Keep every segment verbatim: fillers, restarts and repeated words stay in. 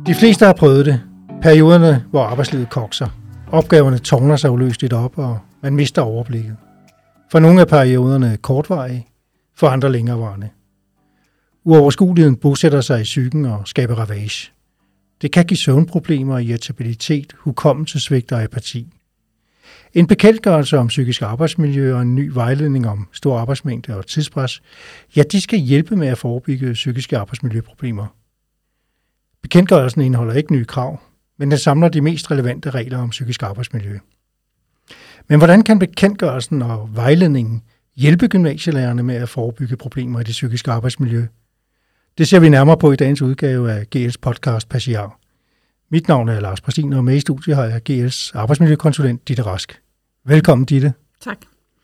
De fleste har prøvet det. Perioderne, hvor arbejdslivet kokser. Opgaverne tårner sig uløseligt op, og man mister overblikket. For nogle af perioderne kortvarige, for andre længerevarende. Uoverskueligheden bosætter sig i psyken og skaber ravage. Det kan give søvnproblemer, irritabilitet, hukommelsessvigt og apati. En bekendtgørelse om psykisk arbejdsmiljø og en ny vejledning om stor arbejdsmængde og tidspres, ja, de skal hjælpe med at forebygge psykiske arbejdsmiljøproblemer. Bekendtgørelsen indeholder ikke nye krav, men den samler de mest relevante regler om psykisk arbejdsmiljø. Men hvordan kan bekendtgørelsen og vejledningen hjælpe gymnasielærerne med at forebygge problemer i det psykiske arbejdsmiljø? Det ser vi nærmere på i dagens udgave af G L's podcast Passiar. Mit navn er Lars Præstin, og med i studiet har jeg G L's arbejdsmiljøkonsulent Ditte Rask. Velkommen, Ditte. Tak.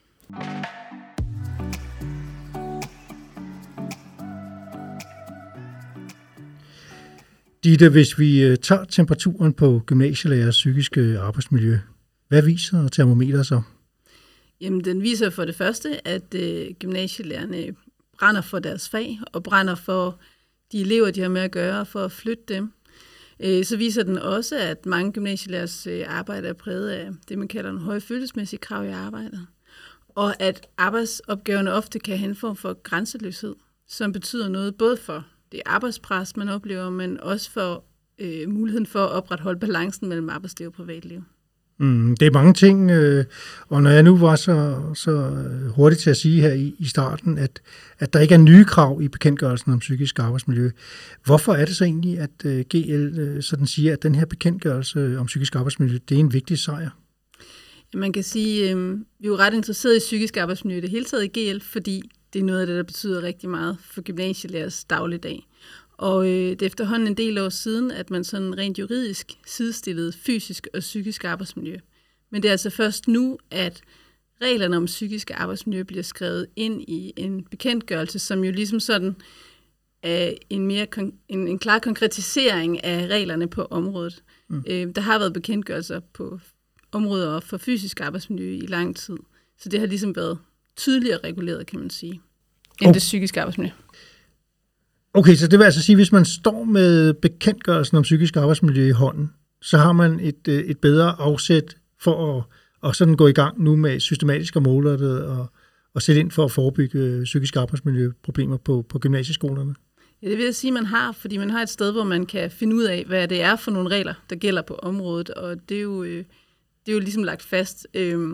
Ditte, hvis vi tager temperaturen på gymnasielærers psykiske arbejdsmiljø, hvad viser termometeret så? Jamen, den viser for det første, at øh, gymnasielærerne brænder for deres fag og brænder for de elever, de har med at gøre, for at flytte dem. Øh, så viser den også, at mange gymnasielærers øh, arbejde er præget af det, man kalder en høj følelsesmæssig krav i arbejdet. Og at arbejdsopgaverne ofte kan have en form for grænseløshed, som betyder noget både for det arbejdspres, man oplever, men også for øh, muligheden for at opretholde balancen mellem arbejdsliv og privatliv. Mm, det er mange ting, øh, og når jeg nu var så, så hurtigt til at sige her i, i starten, at, at der ikke er nye krav i bekendtgørelsen om psykisk arbejdsmiljø, hvorfor er det så egentlig, at øh, G L øh, sådan siger, at den her bekendtgørelse om psykisk arbejdsmiljø, det er en vigtig sejr? Ja, man kan sige, øh, vi er jo ret interesseret i psykisk arbejdsmiljø det hele taget i G L, fordi det er noget af det, der betyder rigtig meget for gymnasielærers dagligdag. Og øh, det er efterhånden en del år siden, at man sådan rent juridisk sidestillede fysisk og psykisk arbejdsmiljø. Men det er altså først nu, at reglerne om psykisk arbejdsmiljø bliver skrevet ind i en bekendtgørelse, som jo ligesom sådan er en, mere kon- en, en klar konkretisering af reglerne på området. Mm. Øh, der har været bekendtgørelser på områder for fysisk arbejdsmiljø i lang tid, så det har ligesom været tydeligere reguleret, kan man sige, end oh. det psykiske arbejdsmiljø. Okay, så det vil altså sige, at hvis man står med bekendtgørelsen om psykisk arbejdsmiljø i hånden, så har man et, et bedre afsæt for at, at sådan gå i gang nu med systematisk og målrettet og, og sætte ind for at forebygge psykiske arbejdsmiljøproblemer på, på gymnasieskolerne? Ja, det vil jeg sige, man har, fordi man har et sted, hvor man kan finde ud af, hvad det er for nogle regler, der gælder på området, og det er jo, det er jo ligesom lagt fast.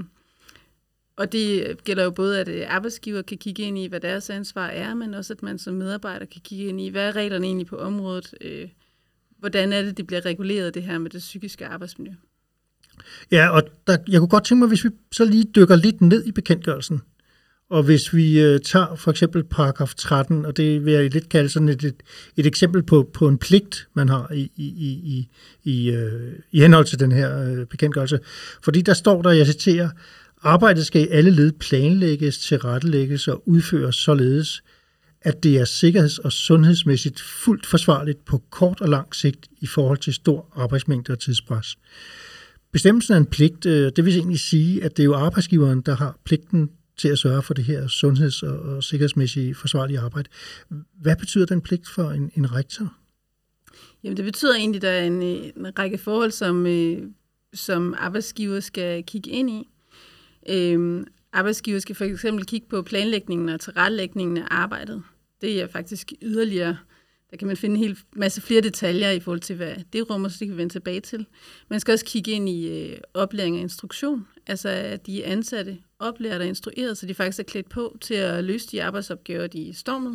Og det gælder jo både, at arbejdsgiver kan kigge ind i, hvad deres ansvar er, men også, at man som medarbejder kan kigge ind i, hvad er reglerne egentlig på området? Øh, hvordan er det, det bliver reguleret, det her med det psykiske arbejdsmiljø? Ja, og der, jeg kunne godt tænke mig, hvis vi så lige dykker lidt ned i bekendtgørelsen, og hvis vi øh, tager for eksempel paragraf tretten, og det vil jeg lidt kalde sådan et, et, et eksempel på, på en pligt, man har i, i, i, i, øh, i henhold til den her øh, bekendtgørelse. Fordi der står der, jeg citerer, arbejdet skal i alle led planlægges, tilrettelægges og udføres således, at det er sikkerheds- og sundhedsmæssigt fuldt forsvarligt på kort og lang sigt i forhold til stor arbejdsmængde og tidspres. Bestemmelsen er en pligt. Det vil egentlig sige, at det er jo arbejdsgiveren, der har pligten til at sørge for det her sundheds- og sikkerhedsmæssigt forsvarlige arbejde. Hvad betyder den pligt for en, en rektor? Jamen, det betyder egentlig, at der er en, en række forhold, som, som arbejdsgiver skal kigge ind i. Øhm, arbejdsgiver skal for eksempel kigge på planlægningen og tilrettelægningen af arbejdet. Det er faktisk yderligere, der kan man finde en hel masse flere detaljer i forhold til, hvad det rummer, så det kan vi vende tilbage til. Man skal også kigge ind i øh, oplæring og instruktion, altså at de ansatte oplærer og instrueret, så de faktisk er klædt på til at løse de arbejdsopgaver, de står med.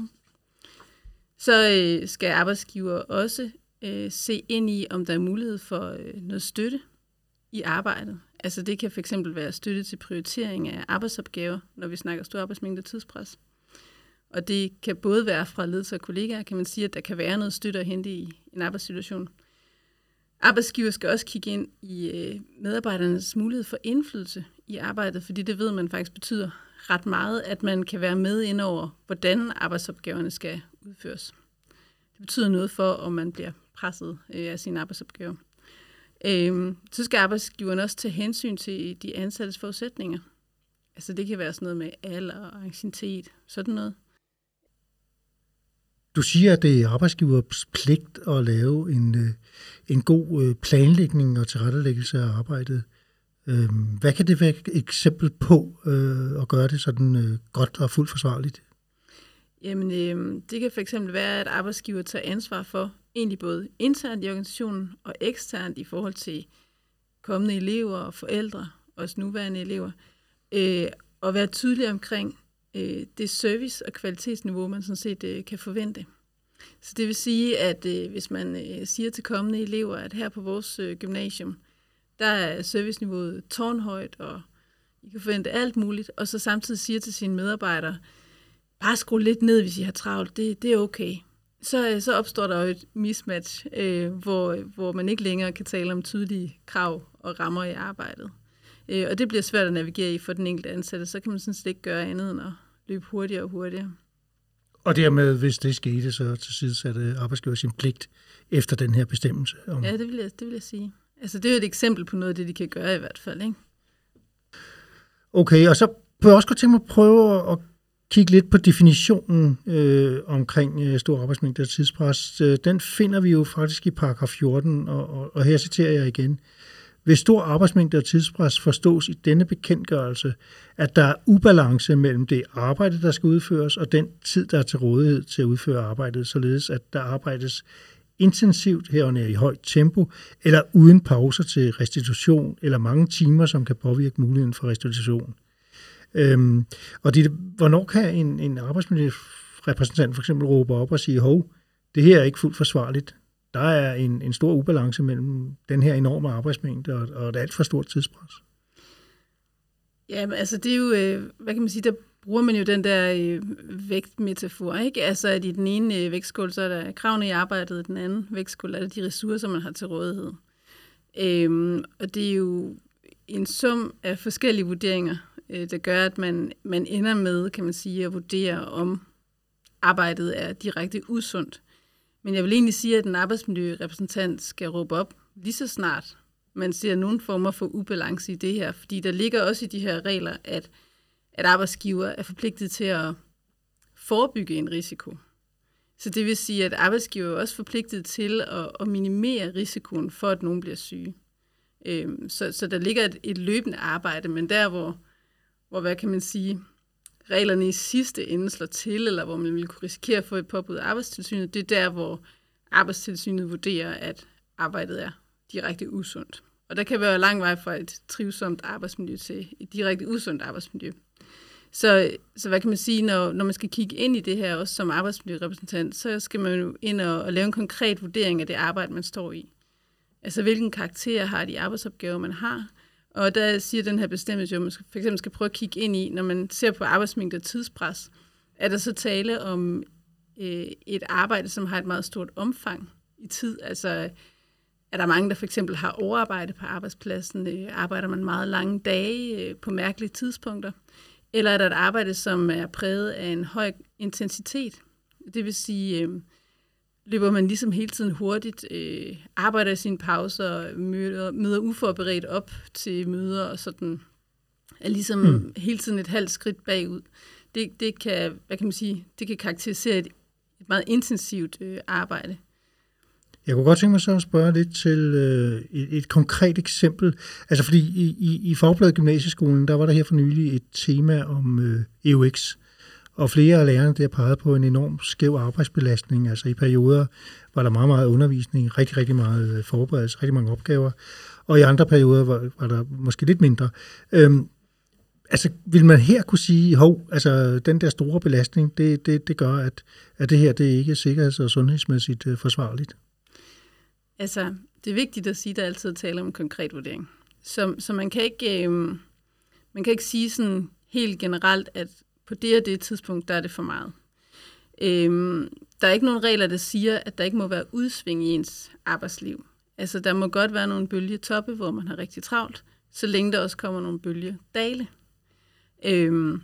Så øh, skal arbejdsgiver også øh, se ind i, om der er mulighed for øh, noget støtte i arbejdet. Altså det kan fx være støtte til prioritering af arbejdsopgaver, når vi snakker stor arbejdsmængde og tidspres. Og det kan både være fra ledelse og kollegaer, kan man sige, at der kan være noget støtte at hente i en arbejdssituation. Arbejdsgiver skal også kigge ind i medarbejdernes mulighed for indflydelse i arbejdet, fordi det ved man faktisk betyder ret meget, at man kan være med ind over, hvordan arbejdsopgaverne skal udføres. Det betyder noget for, om man bliver presset af sine arbejdsopgaver. Øhm, så skal arbejdsgiveren også tage hensyn til de ansattes forudsætninger. Altså det kan være sådan noget med alder og anciennitet, sådan noget. Du siger, at det er arbejdsgivers pligt at lave en, en god planlægning og tilrettelæggelse af arbejdet. Hvad kan det være et eksempel på at gøre det sådan godt og fuldt forsvarligt? Jamen, øh, det kan fx være, at arbejdsgiver tager ansvar for egentlig både internt i organisationen og eksternt i forhold til kommende elever og forældre, også nuværende elever, øh, og være tydelig omkring øh, det service- og kvalitetsniveau, man sådan set øh, kan forvente. Så det vil sige, at øh, hvis man øh, siger til kommende elever, at her på vores øh, gymnasium, der er serviceniveauet tårnhøjt, og I kan forvente alt muligt, og så samtidig siger til sine medarbejdere, bare skru lidt ned, hvis I har travlt, det, det er okay. Så, så opstår der jo et mismatch, øh, hvor, hvor man ikke længere kan tale om tydelige krav og rammer i arbejdet. Øh, og det bliver svært at navigere i for den enkelte ansatte, så kan man sådan set ikke gøre andet end at løbe hurtigere og hurtigere. Og dermed, hvis det skete, så tilsidesatte arbejdsgiver sin pligt efter den her bestemmelse? Om... Ja, det vil, jeg, det vil jeg sige. Altså, det er jo et eksempel på noget af det, de kan gøre i hvert fald, ikke? Okay, og så kunne jeg også godt tænke mig at prøve at kigge lidt på definitionen øh, omkring øh, stor arbejdsmængde og tidspres. Den finder vi jo faktisk i paragraf fjorten, og, og, og her citerer jeg igen. Ved stor arbejdsmængde og tidspres forstås i denne bekendtgørelse, at der er ubalance mellem det arbejde, der skal udføres, og den tid, der er til rådighed til at udføre arbejdet, således at der arbejdes intensivt herunder i højt tempo, eller uden pauser til restitution, eller mange timer, som kan påvirke muligheden for restitution. Øhm, og det, hvornår kan en, en arbejdsmiljørepræsentant for eksempel råbe op og sige, hov, det her er ikke fuldt forsvarligt. Der er en, en stor ubalance mellem den her enorme arbejdsmængde og, og et alt for stort tidspres. Jamen, altså det er jo, øh, hvad kan man sige, der bruger man jo den der øh, vægtmetafor, ikke? Altså at i den ene øh, vægtskål, så er der kravene i arbejdet, i den anden vægtskål er der de ressourcer, man har til rådighed. Øhm, og det er jo en sum af forskellige vurderinger, øh, der gør, at man, man ender med, kan man sige, at vurdere, om arbejdet er direkte usundt. Men jeg vil egentlig sige, at en arbejdsmiljørepræsentant skal råbe op lige så snart man ser nogle former for ubalance i det her, fordi der ligger også i de her regler, at, at arbejdsgiver er forpligtet til at forebygge en risiko. Så det vil sige, at arbejdsgiver er også forpligtet til at, at minimere risikoen for, at nogen bliver syge. Øhm, så, så der ligger et, et løbende arbejde, men der, hvor, hvor, hvad kan man sige, reglerne i sidste ende slår til, eller hvor man vil kunne risikere at få et påbud af Arbejdstilsynet, det er der, hvor Arbejdstilsynet vurderer, at arbejdet er direkte usundt. Og der kan være lang vej fra et trivsomt arbejdsmiljø til et direkte usundt arbejdsmiljø. Så, så hvad kan man sige, når, når man skal kigge ind i det her, også som arbejdsmiljørepræsentant, så skal man jo ind og, og lave en konkret vurdering af det arbejde, man står i. Altså, hvilken karakter har de arbejdsopgaver, man har? Og der siger den her bestemmelse, at man for eksempel skal prøve at kigge ind i, når man ser på arbejdsmængde og tidspres, er der så tale om øh, et arbejde, som har et meget stort omfang i tid. Altså, er der mange, der for eksempel har overarbejde på arbejdspladsen? Øh, arbejder man meget lange dage øh, på mærkelige tidspunkter? Eller er der et arbejde, som er præget af en høj intensitet? Det vil sige, øh, løber man ligesom hele tiden hurtigt, øh, arbejder i sine pauser, møder, møder uforberedt op til møder, og sådan er ligesom mm. hele tiden et halvt skridt bagud. Det, det kan, hvad kan man sige, det kan karakterisere et, et meget intensivt øh, arbejde. Jeg kunne godt tænke mig så at spørge lidt til øh, et, et konkret eksempel. Altså fordi i, i, i Fagbladet Gymnasieskolen, der var der her for nylig et tema om øh, E U X. Og flere af lærerne der pegede på en enorm skæv arbejdsbelastning. Altså i perioder var der meget, meget undervisning, rigtig, rigtig meget forberedelse, rigtig mange opgaver. Og i andre perioder var, var der måske lidt mindre. Øhm, altså vil man her kunne sige, hov, altså den der store belastning, det, det, det gør, at, at det her det er ikke sikkerheds- og sundhedsmæssigt øh, forsvarligt? Altså, det er vigtigt at sige, at der altid taler om en konkret vurdering. Så, så man kan ikke, øh, man kan ikke sige sådan helt generelt, at på det og det tidspunkt, der er det for meget. Øhm, der er ikke nogen regler, der siger, at der ikke må være udsving i ens arbejdsliv. Altså, der må godt være nogle bølgetoppe, hvor man har rigtig travlt, så længe der også kommer nogle bølgedale. Øhm,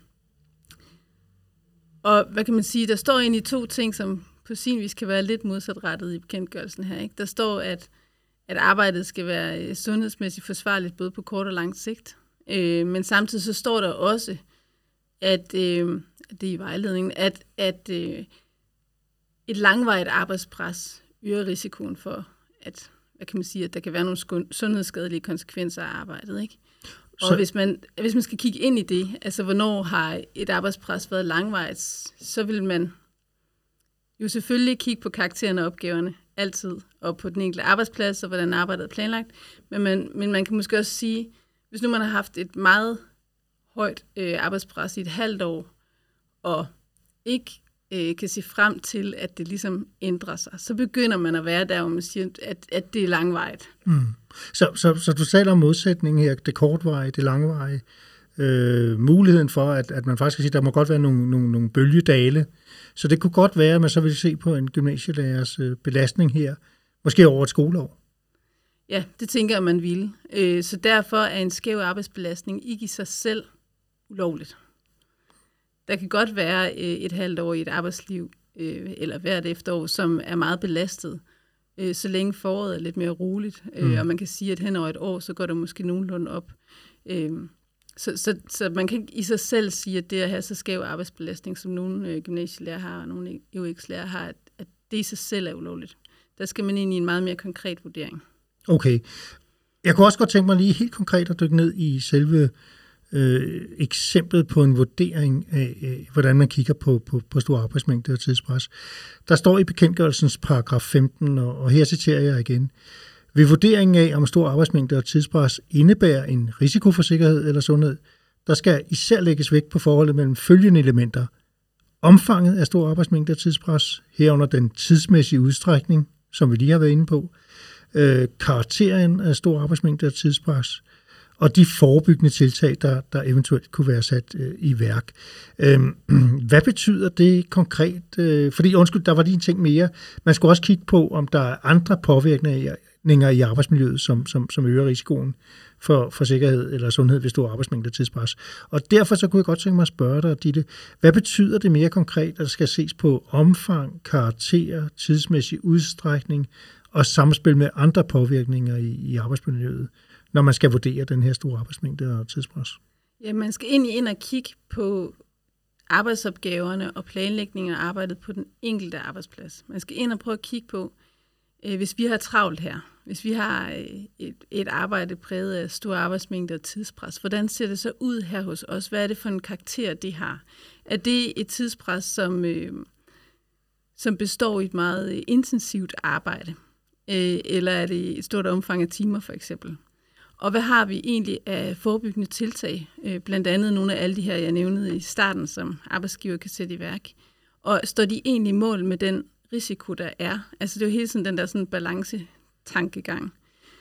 og hvad kan man sige? Der står egentlig to ting, som på sin vis kan være lidt modsatrettet i bekendtgørelsen her. Ikke? Der står, at, at arbejdet skal være sundhedsmæssigt forsvarligt, både på kort og lang sigt. Øh, men samtidig så står der også, at øh, det er i vejledningen, at, at øh, et langvarigt arbejdspres øger risikoen for, at, hvad kan man sige, at der kan være nogle sundhedsskadelige konsekvenser af arbejdet, ikke? Og så, hvis, man, hvis man skal kigge ind i det, altså hvornår har et arbejdspres været langvarigt, så vil man jo selvfølgelig kigge på karaktererne og opgaverne altid, og på den enkelte arbejdsplads, og hvordan arbejdet er planlagt. Men man, men man kan måske også sige, hvis nu man har haft et meget højt øh, arbejdspres i et halvt år, og ikke øh, kan se frem til, at det ligesom ændrer sig, så begynder man at være der, hvor man siger, at, at det er langvarigt. Mm. Så, så, så du taler om modsætningen her, det kortvarige, det langvarige, øh, muligheden for, at, at man faktisk kan sige, at der må godt være nogle, nogle, nogle bølgedale. Så det kunne godt være, at man så vil se på en gymnasielærers øh, belastning her, måske over et skoleår. Ja, det tænker jeg, man vil. Øh, så derfor er en skæv arbejdsbelastning ikke i sig selv ulovligt. Der kan godt være øh, et halvt år i et arbejdsliv, øh, eller hvert efterår, som er meget belastet, øh, så længe foråret er lidt mere roligt. Øh, mm. Og man kan sige, at hen over et år, så går det måske nogenlunde op. Øh, så, så, så man kan ikke i sig selv sige, at det at have så skæv arbejdsbelastning, som nogle øh, gymnasielærer har, og nogle E U X-lærer har, at, at det i sig selv er ulovligt. Der skal man ind i en meget mere konkret vurdering. Okay. Jeg kunne også godt tænke mig lige helt konkret at dykke ned i selve øh, eksemplet på en vurdering af, øh, hvordan man kigger på, på, på stor arbejdsmængde og tidspres. Der står i bekendtgørelsens paragraf femten, og, og her citerer jeg igen. Ved vurderingen af, om stor arbejdsmængde og tidspres indebærer en risiko for sikkerhed eller sundhed, der skal især lægges vægt på forholdet mellem følgende elementer. Omfanget af stor arbejdsmængde og tidspres, herunder den tidsmæssige udstrækning, som vi lige har været inde på, øh, karakteren af stor arbejdsmængde og tidspres, og de forebyggende tiltag, der, der eventuelt kunne være sat øh, i værk. Øh, hvad betyder det konkret? Øh, fordi, undskyld, der var lige en ting mere. Man skulle også kigge på, om der er andre påvirkninger i arbejdsmiljøet, som, som, som øger risikoen for, for sikkerhed eller sundhed ved stor arbejdsmængde og tidspres. Og derfor så kunne jeg godt tænke mig at spørge dig, Ditte, hvad betyder det mere konkret, at der skal ses på omfang, karakter, tidsmæssig udstrækning og samspil med andre påvirkninger i, i arbejdsmiljøet, når man skal vurdere den her store arbejdsmængde og tidspres? Ja, man skal egentlig ind og kigge på arbejdsopgaverne og planlægningen af arbejdet på den enkelte arbejdsplads. Man skal ind og prøve at kigge på, øh, hvis vi har travlt her, hvis vi har øh, et, et arbejde præget af stor arbejdsmængde og tidspres, hvordan ser det så ud her hos os? Hvad er det for en karakter, det har? Er det et tidspres, som, øh, som består i et meget øh, intensivt arbejde? Øh, eller er det et stort omfang af timer, for eksempel? Og hvad har vi egentlig af forebyggende tiltag? Øh, blandt andet nogle af alle de her, jeg nævnede i starten, som arbejdsgiver kan sætte i værk. Og står de egentlig i mål med den risiko, der er? Altså det er jo hele tiden den der sådan balance-tankegang.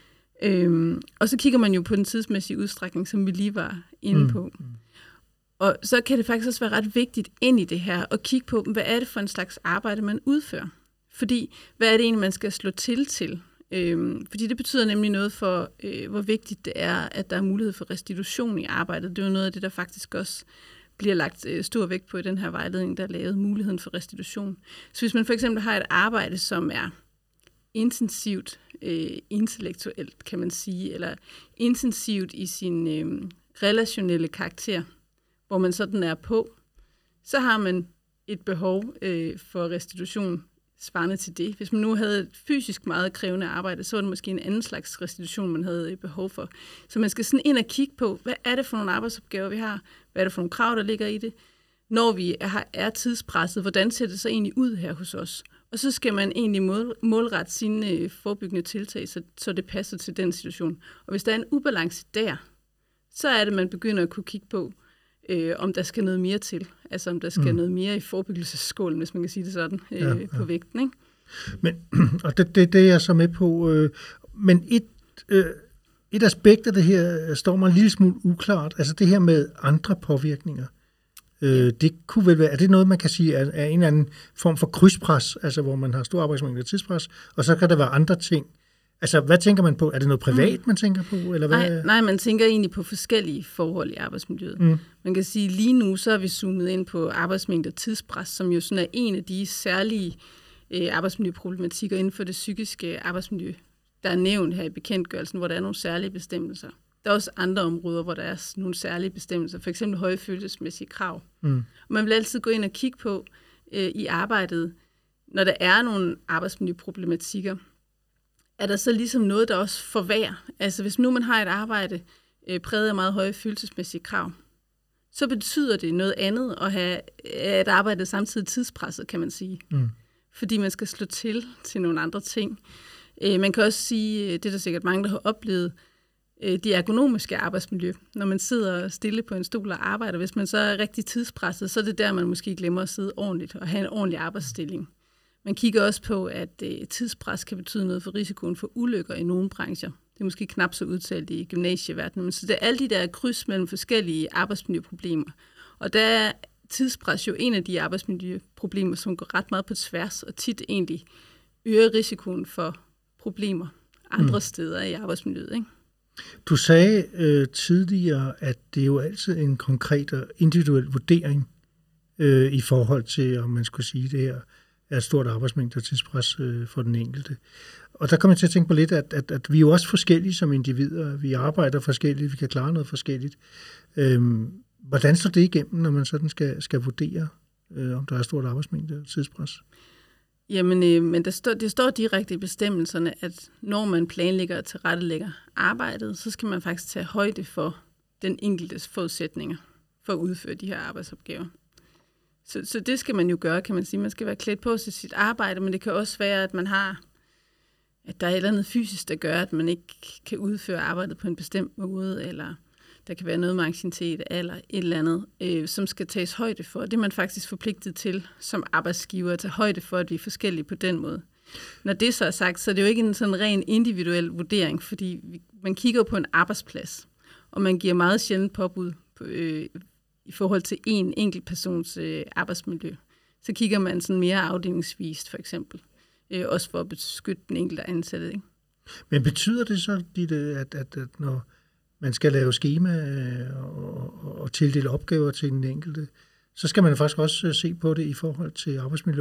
Øhm, og så kigger man jo på den tidsmæssige udstrækning, som vi lige var inde på. Mm. Og så kan det faktisk også være ret vigtigt ind i det her, at kigge på, hvad er det for en slags arbejde, man udfører? Fordi, hvad er det egentlig, man skal slå til til? Øhm, fordi det betyder nemlig noget for, øh, hvor vigtigt det er, at der er mulighed for restitution i arbejdet. Det er jo noget af det, der faktisk også bliver lagt øh, stor vægt på i den her vejledning, der er lavet muligheden for restitution. Så hvis man for eksempel har et arbejde, som er intensivt, øh, intellektuelt, kan man sige, eller intensivt i sin øh, relationelle karakter, hvor man sådan er på, så har man et behov øh, for restitution svarende til det. Hvis man nu havde et fysisk meget krævende arbejde, så var det måske en anden slags restitution, man havde behov for. Så man skal sådan ind og kigge på, hvad er det for nogle arbejdsopgaver, vi har? Hvad er det for nogle krav, der ligger i det? Når vi er, er tidspresset, hvordan ser det så egentlig ud her hos os? Og så skal man egentlig mål, målrette sine øh, forebyggende tiltag, så, så det passer til den situation. Og hvis der er en ubalance der, så er det, man begynder at kunne kigge på, øh, om der skal noget mere til. Altså om der skal mm. noget mere i forebyggelsesskålen, hvis man kan sige det sådan, øh, ja, ja. på vægten, ikke? Men, og det, det, det er jeg så med på. Øh, men et, øh, et aspekt af det her står mig en lille smule uklart. Altså det her med andre påvirkninger. Øh, ja. Det kunne vel være, er det noget, man kan sige, er, er en eller anden form for krydspres, altså hvor man har stor arbejdsmængde og tidspres, og så kan der være andre ting. Altså, hvad tænker man på? Er det noget privat, mm. man tænker på? Eller hvad? Nej, nej, man tænker egentlig på forskellige forhold i arbejdsmiljøet. Mm. Man kan sige, lige nu så er vi zoomet ind på arbejdsmængde og tidspres, som jo sådan er en af de særlige øh, arbejdsmiljøproblematikker inden for det psykiske arbejdsmiljø, der er nævnt her i bekendtgørelsen, hvor der er nogle særlige bestemmelser. Der er også andre områder, hvor der er nogle særlige bestemmelser, for eksempel høje følelsesmæssige krav. Mm. Og man vil altid gå ind og kigge på øh, i arbejdet, når der er nogle arbejdsmiljøproblematikker, er der så ligesom noget, der også forværrer. Altså hvis nu man har et arbejde øh, præget af meget høje følelsesmæssige krav, så betyder det noget andet at have et arbejde samtidig tidspresset, kan man sige. Mm. Fordi man skal slå til til nogle andre ting. Øh, man kan også sige, det er der sikkert mange, der har oplevet, øh, det ergonomiske arbejdsmiljø. Når man sidder stille på en stol og arbejder, hvis man så er rigtig tidspresset, så er det der, man måske glemmer at sidde ordentligt og have en ordentlig arbejdsstilling. Man kigger også på, at øh, tidspres kan betyde noget for risikoen for ulykker i nogle brancher. Det er måske knap så udtalt i gymnasieverdenen, men så det er alle de der kryds mellem forskellige arbejdsmiljøproblemer. Og der er tidspres jo en af de arbejdsmiljøproblemer, som går ret meget på tværs, og tit egentlig øger risikoen for problemer andre mm. steder i arbejdsmiljøet, ikke? Du sagde øh, tidligere, at det er jo altid en konkret og individuel vurdering øh, i forhold til, om man skulle sige, det her er et stort arbejdsmængde og tidspres øh, for den enkelte. Og der kommer jeg til at tænke på lidt, at, at, at vi er jo også forskellige som individer. Vi arbejder forskelligt, vi kan klare noget forskelligt. Øhm, hvordan står det igennem, når man sådan skal, skal vurdere, øh, om der er et stort arbejdsmængde og tidspres? Jamen, øh, men der står, det står direkte i bestemmelserne, at når man planlægger og tilrettelægger arbejdet, så skal man faktisk tage højde for den enkeltes forudsætninger for at udføre de her arbejdsopgaver. Så, så det skal man jo gøre, kan man sige. Man skal være klædt på til sit arbejde, men det kan også være, at man har, at der er et eller andet fysisk, der gør, at man ikke kan udføre arbejdet på en bestemt måde, eller der kan være noget med anciennitet eller et eller andet, øh, som skal tages højde for. Det er man faktisk forpligtet til som arbejdsgiver at tage højde for, at vi er forskellige på den måde. Når det så er sagt, så er det jo ikke en sådan ren individuel vurdering, fordi vi, man kigger på en arbejdsplads, og man giver meget sjældent påbud på, øh, i forhold til en enkelt persons øh, arbejdsmiljø. Så kigger man sådan mere afdelingsvist, for eksempel. Øh, også for at beskytte den enkelte ansatte, ikke? Men betyder det så, Ditte, at, at, at når man skal lave skema og, og tildele opgaver til den enkelte, så skal man faktisk også se på det i forhold til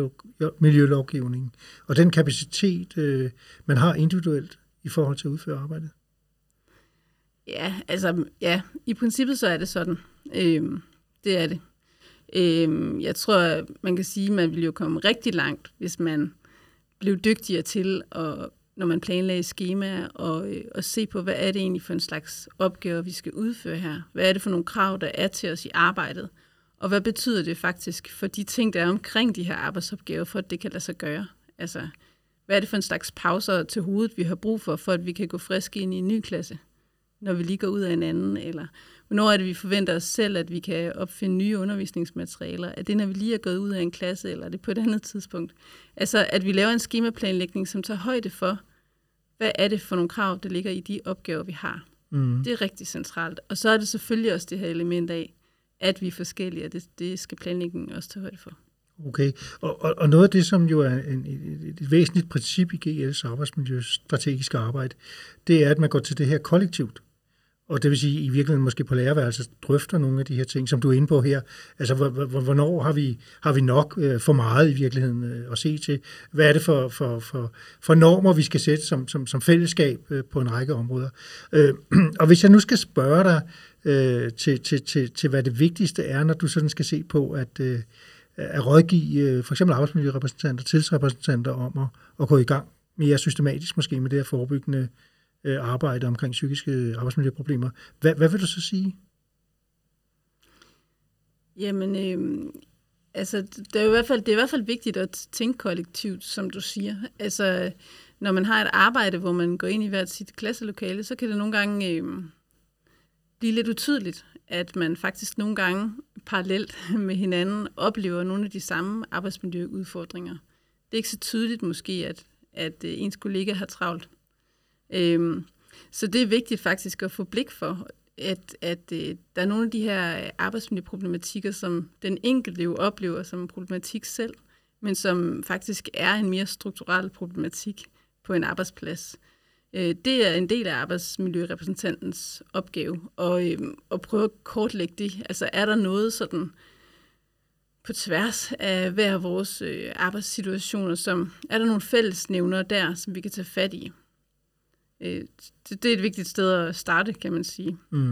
arbejdsmiljølovgivningen og den kapacitet, øh, man har individuelt i forhold til at udføre arbejdet? Ja, altså, ja, i princippet så er det sådan. Øhm, det er det. Øhm, jeg tror, man kan sige, at man ville jo komme rigtig langt, hvis man blev dygtigere til, at, når man planlagde skemaer, og, øh, og se på, hvad er det egentlig for en slags opgaver, vi skal udføre her? Hvad er det for nogle krav, der er til os i arbejdet? Og hvad betyder det faktisk for de ting, der er omkring de her arbejdsopgaver, for at det kan lade sig gøre? Altså, hvad er det for en slags pauser til hovedet, vi har brug for, for at vi kan gå friske ind i en ny klasse, når vi lige går ud af en anden? Eller hvornår er det, vi forventer os selv, at vi kan opfinde nye undervisningsmaterialer? Er det, når vi lige er gået ud af en klasse, eller er det på et andet tidspunkt? Altså, at vi laver en skemaplanlægning, som tager højde for, hvad er det for nogle krav, der ligger i de opgaver, vi har? Mm. Det er rigtig centralt. Og så er det selvfølgelig også det her element af, at vi er forskellige, og det, det skal planlægningen også tage højde for. Okay, og, og, og noget af det, som jo er en, et, et væsentligt princip i G L's arbejdsmiljøstrategiske arbejde, det er, at man går til det her kollektivt. Og det vil sige, i virkeligheden måske på lærerværelset drøfter nogle af de her ting, som du er inde på her. Altså, hvornår har vi, har vi nok øh, for meget i virkeligheden øh, at se til? Hvad er det for, for, for, for normer, vi skal sætte som, som, som fællesskab øh, på en række områder? Øh, og hvis jeg nu skal spørge dig øh, til, til, til, til, hvad det vigtigste er, når du sådan skal se på at, øh, at rådgive øh, for eksempel arbejdsmiljørepræsentanter, tillidsrepræsentanter om at, at gå i gang mere systematisk måske med det her forebyggende arbejde omkring psykiske arbejdsmiljøproblemer. Hvad, hvad vil du så sige? Jamen, øh, altså, det er, i hvert fald, det er i hvert fald vigtigt at tænke kollektivt, som du siger. Altså, når man har et arbejde, hvor man går ind i hvert sit klasselokale, så kan det nogle gange øh, blive lidt utydeligt, at man faktisk nogle gange parallelt med hinanden oplever nogle af de samme arbejdsmiljøudfordringer. Det er ikke så tydeligt måske, at, at øh, ens kollega har travlt. Øhm, så det er vigtigt faktisk at få blik for, at, at øh, der er nogle af de her arbejdsmiljøproblematikker, som den enkelte jo oplever som en problematik selv, men som faktisk er en mere strukturel problematik på en arbejdsplads. Øh, det er en del af arbejdsmiljørepræsentantens opgave, og, øh, at prøve at kortlægge det. Altså er der noget sådan på tværs af hver vores øh, arbejdssituationer, som er der nogle fællesnævnere der, som vi kan tage fat i? Det er et vigtigt sted at starte, kan man sige. Mm.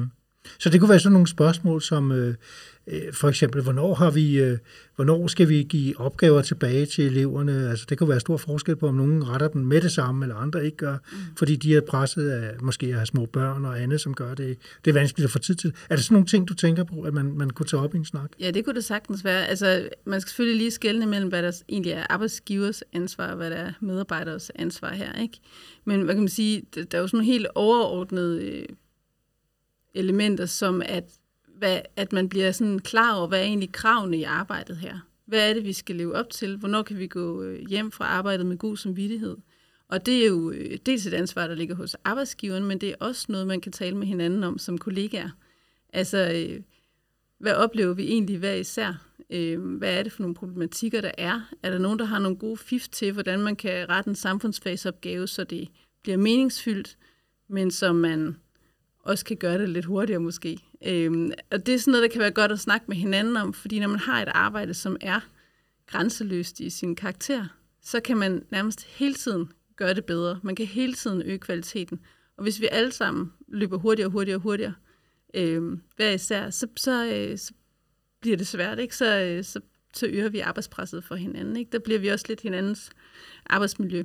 Så det kunne være sådan nogle spørgsmål som øh, for eksempel, hvornår har vi, øh, hvornår skal vi give opgaver tilbage til eleverne? Altså det kunne være stor forskel på, om nogen retter dem med det samme, eller andre ikke gør, mm. fordi de er presset af måske at have små børn og andet, som gør det. Det er vanskeligt at få tid til. Er det sådan nogle ting, du tænker på, at man, man kunne tage op i en snak? Ja, det kunne det sagtens være. Altså man skal selvfølgelig lige skelne mellem, hvad der egentlig er arbejdsgivers ansvar, og hvad der er medarbejderes ansvar her, ikke? Men hvad kan man sige, der er jo sådan nogle helt overordnede øh, elementer, som at, hvad, at man bliver sådan klar over, hvad er egentlig kravene i arbejdet her? Hvad er det, vi skal leve op til? Hvornår kan vi gå hjem fra arbejdet med god samvittighed? Og det er jo dels et ansvar, der ligger hos arbejdsgiveren, men det er også noget, man kan tale med hinanden om som kollegaer. Altså, hvad oplever vi egentlig hver især? Hvad er det for nogle problematikker, der er? Er der nogen, der har nogle gode fif til, hvordan man kan rette en samfundsfagsopgave, så det bliver meningsfyldt, men så man også kan gøre det lidt hurtigere måske. Øhm, og det er sådan noget, der kan være godt at snakke med hinanden om, fordi når man har et arbejde, som er grænseløst i sin karakter, så kan man nærmest hele tiden gøre det bedre. Man kan hele tiden øge kvaliteten. Og hvis vi alle sammen løber hurtigere, hurtigere, hurtigere, øhm, hver især, så, så, øh, så bliver det svært, ikke? Så, øh, så, så øger vi arbejdspresset for hinanden, ikke? Der bliver vi også lidt hinandens arbejdsmiljø.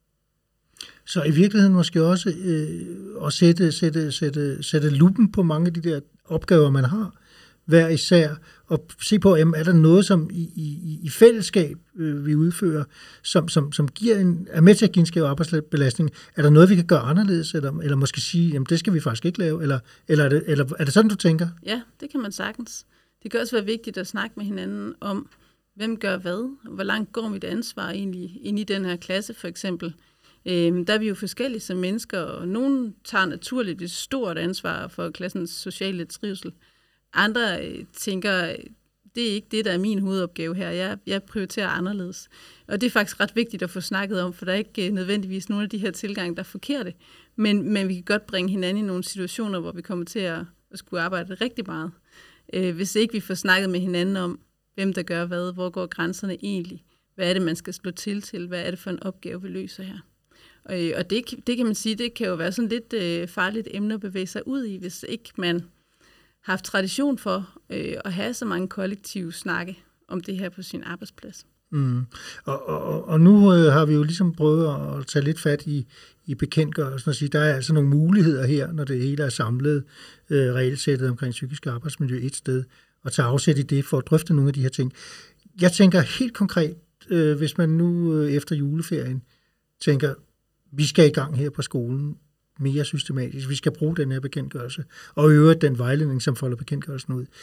Så i virkeligheden måske også øh, at sætte, sætte, sætte, sætte lupen på mange af de der opgaver, man har, hver især, og se på, jamen, er der noget, som i, i, i fællesskab øh, vi udfører, som, som, som giver en, er med til at give en skæv arbejdsbelastning? Er der noget, vi kan gøre anderledes, eller, eller måske sige, jamen det skal vi faktisk ikke lave, eller, eller, er, det, eller er det sådan, du tænker? Ja, det kan man sagtens. Det kan også være vigtigt at snakke med hinanden om, hvem gør hvad, hvor langt går mit ansvar egentlig ind i den her klasse, for eksempel. Øhm, der er vi jo forskellige som mennesker, og nogen tager naturligt et stort ansvar for klassens sociale trivsel. Andre øh, tænker, det er ikke det, der er min hovedopgave her. Jeg, jeg prioriterer anderledes. Og det er faktisk ret vigtigt at få snakket om, for der er ikke øh, nødvendigvis nogle af de her tilgange, der er forkerte. Men, men vi kan godt bringe hinanden i nogle situationer, hvor vi kommer til at, at skulle arbejde rigtig meget. Øh, hvis ikke vi får snakket med hinanden om, hvem der gør hvad, hvor går grænserne egentlig, hvad er det, man skal slå til til, hvad er det for en opgave, vi løser her. Og det, det kan man sige, det kan jo være sådan lidt øh, farligt emne at bevæge sig ud i, hvis ikke man har haft tradition for øh, at have så mange kollektive snakke om det her på sin arbejdsplads. Mm. Og, og, og nu øh, har vi jo ligesom prøvet at tage lidt fat i, i bekendtgørelsen og sige, der er altså nogle muligheder her, når det hele er samlet øh, regelsættet omkring psykisk arbejdsmiljø et sted, og tage afsæt i det for at drøfte nogle af de her ting. Jeg tænker helt konkret, øh, hvis man nu øh, efter juleferien tænker, vi skal i gang her på skolen mere systematisk. Vi skal bruge den her bekendtgørelse, og øvrigt den vejledning, som folder bekendtgørelsen ud.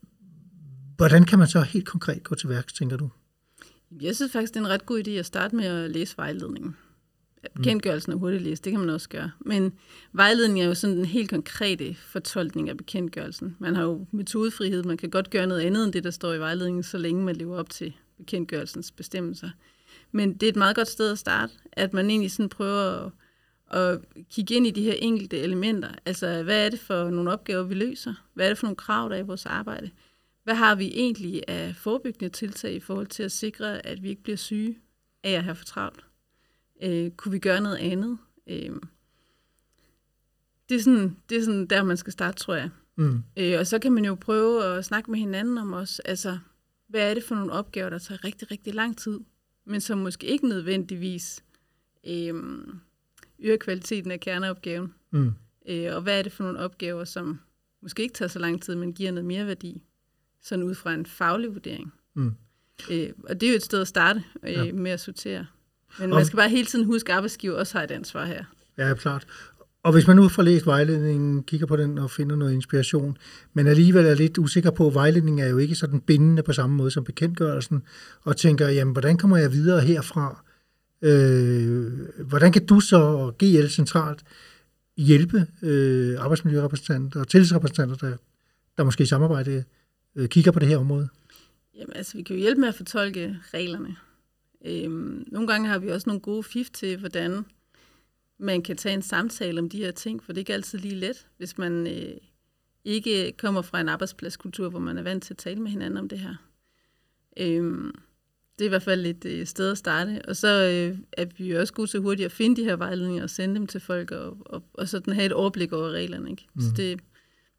Hvordan kan man så helt konkret gå til værks, tænker du? Jeg synes faktisk, det er en ret god idé at starte med at læse vejledningen. Bekendtgørelsen er hurtigt læst, det kan man også gøre. Men vejledningen er jo sådan en helt konkrete fortolkning af bekendtgørelsen. Man har jo metodefrihed, man kan godt gøre noget andet end det, der står i vejledningen, så længe man lever op til bekendtgørelsens bestemmelser. Men det er et meget godt sted at starte, at man egentlig sådan prøver at, at kigge ind i de her enkelte elementer. Altså, hvad er det for nogle opgaver, vi løser? Hvad er det for nogle krav, der er i vores arbejde? Hvad har vi egentlig af forebyggende tiltag i forhold til at sikre, at vi ikke bliver syge af at have for travlt? Øh, kunne vi gøre noget andet? Øh, det, er sådan, det er sådan der, man skal starte, tror jeg. Mm. Øh, og så kan man jo prøve at snakke med hinanden om os. Altså, hvad er det for nogle opgaver, der tager rigtig, rigtig lang tid, men som måske ikke nødvendigvis øh, øger kvaliteten af kerneopgaven. Mm. Øh, og hvad er det for nogle opgaver, som måske ikke tager så lang tid, men giver noget mere værdi, sådan ud fra en faglig vurdering. Mm. Øh, og det er jo et sted at starte øh, ja. med at sortere. Men man skal bare hele tiden huske, at arbejdsgiver også har et ansvar her. Ja, klart. Og hvis man nu får læst vejledningen, kigger på den og finder noget inspiration, men alligevel er lidt usikker på, at vejledningen er jo ikke sådan bindende på samme måde som bekendtgørelsen, og tænker, jamen, hvordan kommer jeg videre herfra? Øh, hvordan kan du så og G L centralt hjælpe øh, arbejdsmiljørepræsentanter og tillidsrepræsentanter, der, der måske i samarbejde øh, kigger på det her område? Jamen, altså, vi kan jo hjælpe med at fortolke reglerne. Øhm, nogle gange har vi også nogle gode fif til, hvordan man kan tage en samtale om de her ting, for det er ikke altid lige let, hvis man øh, ikke kommer fra en arbejdspladskultur, hvor man er vant til at tale med hinanden om det her. Øhm, det er i hvert fald et øh, sted at starte. Og så øh, er vi jo også gode til hurtigt at finde de her vejledninger og sende dem til folk, og, og, og sådan have et overblik over reglerne. Ikke? Mm. Så det,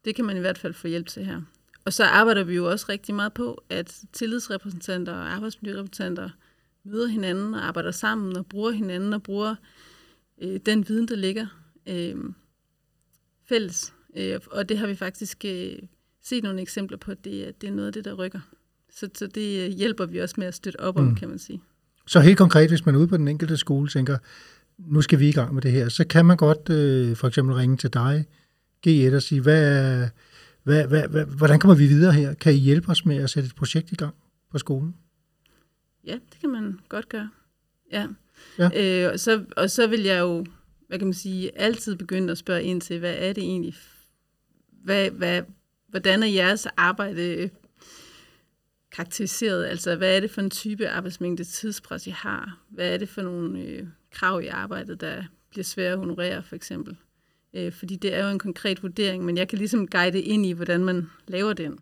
Det kan man i hvert fald få hjælp til her. Og så arbejder vi jo også rigtig meget på, at tillidsrepræsentanter og arbejdsmiljørepræsentanter møder hinanden og arbejder sammen og bruger hinanden og bruger øh, den viden, der ligger øh, fælles. Øh, og det har vi faktisk øh, set nogle eksempler på, at det, det er noget af det, der rykker. Så, så det øh, hjælper vi også med at støtte op om, mm. kan man sige. Så helt konkret, hvis man er ude på den enkelte skole tænker, nu skal vi i gang med det her, så kan man godt øh, for eksempel ringe til dig, G et, og sige, hvad, hvad, hvad, hvad, hvordan kommer vi videre her? Kan I hjælpe os med at sætte et projekt i gang på skolen? Ja, det kan man godt gøre. Ja. Ja. Øh, og, så, og så vil jeg jo, hvad kan man sige, altid begynde at spørge ind til, hvad er det egentlig, hvad, hvad, hvordan er jeres arbejde karakteriseret? Altså, hvad er det for en type arbejdsmængde tidspres, I har? Hvad er det for nogle øh, krav i arbejdet, der bliver svære at honorere, for eksempel? Øh, fordi det er jo en konkret vurdering, men jeg kan ligesom guide ind i, hvordan man laver den.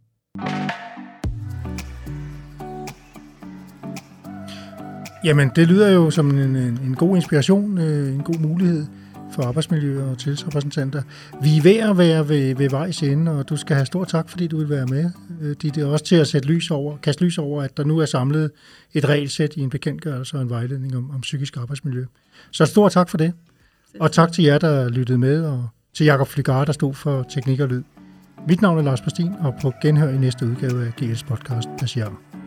Jamen, det lyder jo som en, en, en god inspiration, øh, en god mulighed for arbejdsmiljø og tillidsrepræsentanter. Vi er ved at være ved, ved vejs ende, og du skal have stor tak, fordi du vil være med. Det er også til at sætte lys over, kaste lys over, at der nu er samlet et regelsæt i en bekendtgørelse og en vejledning om, om psykisk arbejdsmiljø. Så stor tak for det. Og tak til jer, der lyttede med, og til Jakob Flygare, der stod for teknik og lyd. Mit navn er Lars Bastin, og på genhør i næste udgave af G L's podcast, der siger